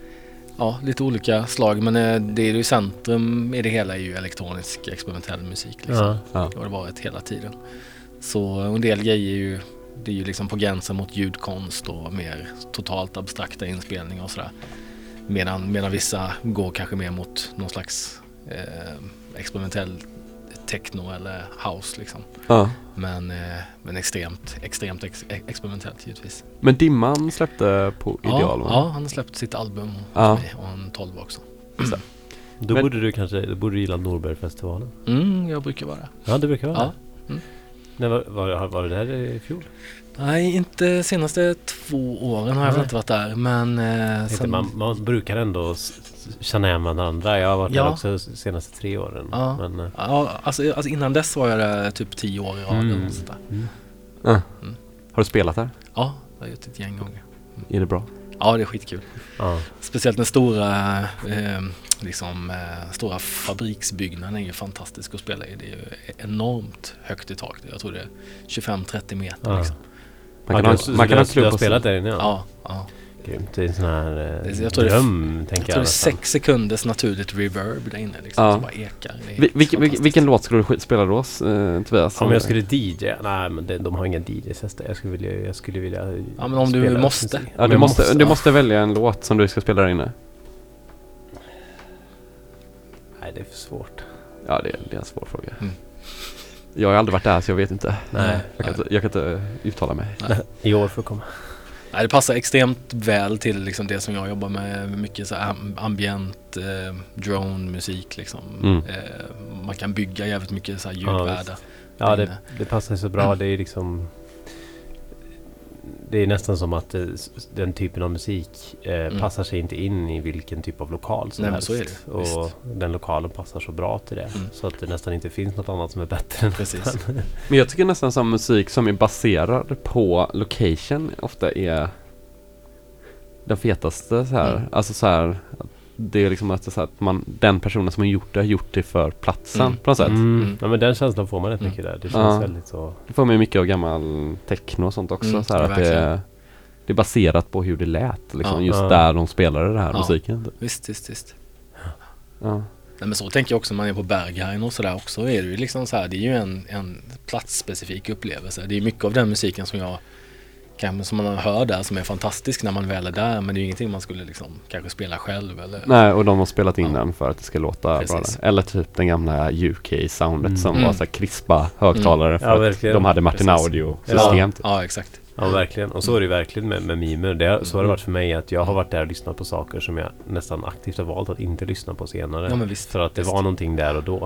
ja, lite olika slag. Men uh, det är ju centrum i det hela är ju elektronisk experimentell musik. Liksom. Ja. Ja. Det har det varit hela tiden. Så en del grejer är ju, det är ju liksom på gränsen mot ljudkonst och mer totalt abstrakta inspelningar och sådär. Medan, medan vissa går kanske mer mot någon slags eh, experimentell techno eller house liksom. Ja. Men, eh, men extremt, extremt ex- experimentellt givetvis. Men Dimman släppte på Ideal, ja, va? ja, han har släppt sitt album ja. mig, och en tolv också. Mm. Då men, borde du kanske, då borde du gilla Norbergfestivalen. Mm, jag brukar vara. Ja, det brukar vara. Ja. Mm. Nej, var, var, var det där i fjol? Nej, inte senaste två åren har jag väl inte varit där. Men eh, sen... man, man brukar ändå s- känna igen varandra. Jag har varit ja. där också de senaste tre åren. Ja, men, eh. ja alltså, alltså innan dess var jag där typ tio år i raden. Mm. Och sånt där. Mm. Mm. Mm. Har du spelat där? Ja, jag har gjort ett gäng gånger. Mm. Är det bra? Ja, det är skitkul. Ja. Speciellt den stora eh, liksom, eh, stora fabriksbyggnaden är ju fantastisk att spela i. Det är ju enormt högt i tak. Jag tror det är tjugofem till trettio meter. Ja. Liksom. Man kan, ha, man kan ha klubb och spelat där inne. Ja, ja. Grymt. Det är en sån här eh, jag tror dröm, det, tänker jag. Jag tror det är sex sekunders naturligt reverb där inne. Liksom, ja. som bara ekar. Vil- vilken, vilken, vilken låt skulle du spela då, eh, Tobias? Om jag skulle D J? Nej, men det, de har inga D Js. Jag skulle vilja, jag skulle vilja ja, men om du måste. Ja, du måste, måste, du måste välja en låt som du ska spela där inne. Nej, det är för svårt. Ja, det är, det är en svår fråga. Mm. Jag har aldrig varit där så jag vet inte. Nej. Jag kan, inte, jag kan inte uttala mig. Nej. I år får komma. Nej, det passar extremt väl till liksom det som jag jobbar med. Mycket så ambient, eh, drone-musik liksom. Mm. Eh, man kan bygga jävligt mycket så här ljudvärda. Ja, ja det, det passar så bra. Mm. Det är liksom... Det är nästan som att det, den typen av musik eh, mm. passar sig inte in i vilken typ av lokal som Nej, helst. Så är det. Och Visst. den lokalen passar så bra till det. Mm. Så att det nästan inte finns något annat som är bättre än Precis. Men jag tycker nästan som musik som är baserad på location ofta är den fetaste så här. Mm. Alltså så här, det är liksom att, så att man, den personen som har gjort det har gjort det för platsen mm. på något sätt. Mm. Mm. Ja, men den känslan får man rätt mycket där. Det känns ja. väldigt så... Det får man ju mycket av gammal techno och sånt också. Mm, så här, att det är, det är baserat på hur det lät. Liksom, ja. just ja. där de spelade det här ja. musiken. Visst, visst, visst. Ja. Nej, men så tänker jag också när man är på Berghain och sådär också. Är det ju liksom så här, det är ju en, en platsspecifik upplevelse. Det är mycket av den musiken som jag kan, som man hör där som är fantastisk när man väl är där, men det är ju ingenting man skulle liksom kanske spela själv eller... Nej, och de har spelat in ja. den för att det ska låta Precis. bra. Eller typ den gamla U K-soundet mm. som mm. var så här krispa högtalare mm. för ja, att verkligen. de hade Martin Precis. Audio-system. Ja, ja, exakt. Ja, verkligen. Och så är det verkligen med, med mimer. Det, så har det varit för mig att jag har varit där och lyssnat på saker som jag nästan aktivt har valt att inte lyssna på senare. Ja, men visst, för att det visst. var någonting där och då.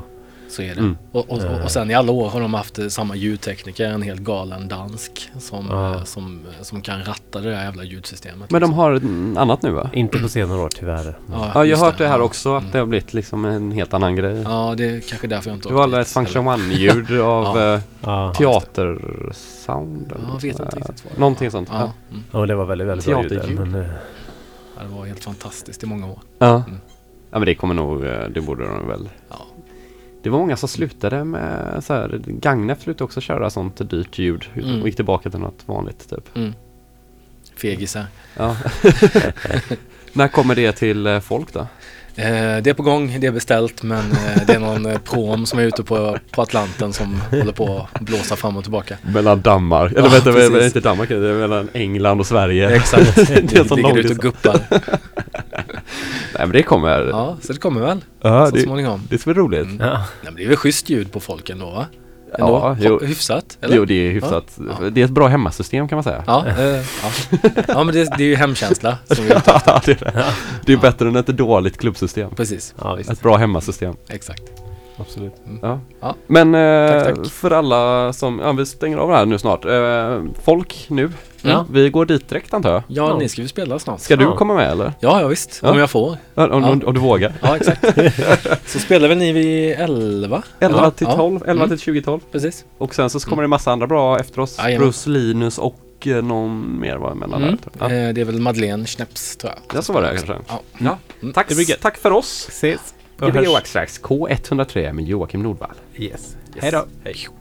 Så är det. Mm. Och, och, och, och sen i alla år har de haft samma ljudtekniker, en helt galen dansk som, Ja. som, som kan ratta det där jävla ljudsystemet. Men de liksom. har ett annat nu va? Inte på senare år tyvärr. Ja, jag har just hört det här ja. också, att det har blivit liksom en helt annan grej. Ja, det är kanske därför jag inte Det var åkt alla dit, ett Function eller? One-ljud av Ja. eh, Ja. teatersound. Ja, jag vet inte riktigt vad det Någonting var. sånt. Ja. Ja. Mm. Ja, det var väldigt, väldigt bra ljud där, Teaterljud. men, eh, Ja, det var helt fantastiskt i många år. Ja. Mm. Ja men det kommer nog, eh, det borde de väl. Ja. Det var många som slutade med så här, Gagnef slutade också köra sånt dyrt ljud Mm. och gick tillbaka till något vanligt typ. Mm. Fegisar. Ja. När kommer det till eh, folk då? Eh, det är på gång, det är beställt, men eh, det är någon eh, prom som är ute på, på Atlanten som håller på att blåsa fram och tillbaka. Mellan Danmark, eller Ja, vet du, precis. det är inte Danmark, det är mellan England och Sverige. Exakt, Det är det så ligger långt ute och ifrån. guppar. Nej men det kommer. Ja, så det kommer väl Ja, så det, småningom. det är så roligt. Mm. ja. Nej, men det är väl schysst ljud på folk ändå, va? Ändå? Ja, jo. Hyfsat, eller? Jo, det är hyfsat. Ja. Det är ett bra hemmasystem kan man säga. Ja, eh, ja. ja men det, det är ju hemkänsla som vi är ute efter. Ja, det är, det. Det är bättre än ett dåligt klubbsystem. Precis, Ja, visst. Ett bra hemmasystem. exakt. Absolut. Ja. Ja. Men eh, Tack, tack. för alla som, ja vi stänger av det här nu snart. Eh, folk nu, Ja. vi går dit direkt antar jag. Ja, Ja. ni ska ju spela snart. Ska du Ja. komma med eller? Ja, ja visst. Ja. Om jag får. Ja, Om, Ja. om, om du vågar. Ja, exakt. Så spelar väl ni vid elva? elva Ja. till Ja. tolv, elva Mm. till tjugo tolv. Precis. Och sen så kommer det massa andra bra efter oss. Jajamän. Bruce Linus och eh, någon mer var emellan Mm. där. Ja. Eh, det är väl Madeleine Schneps, tror jag. Ja, så var det kanske. Ja. Ja. Mm. Tack, tack för oss. Ses. Gbg Waxtrax K etthundratre med Joakim Nordvall. Yes. Hej då. Hej.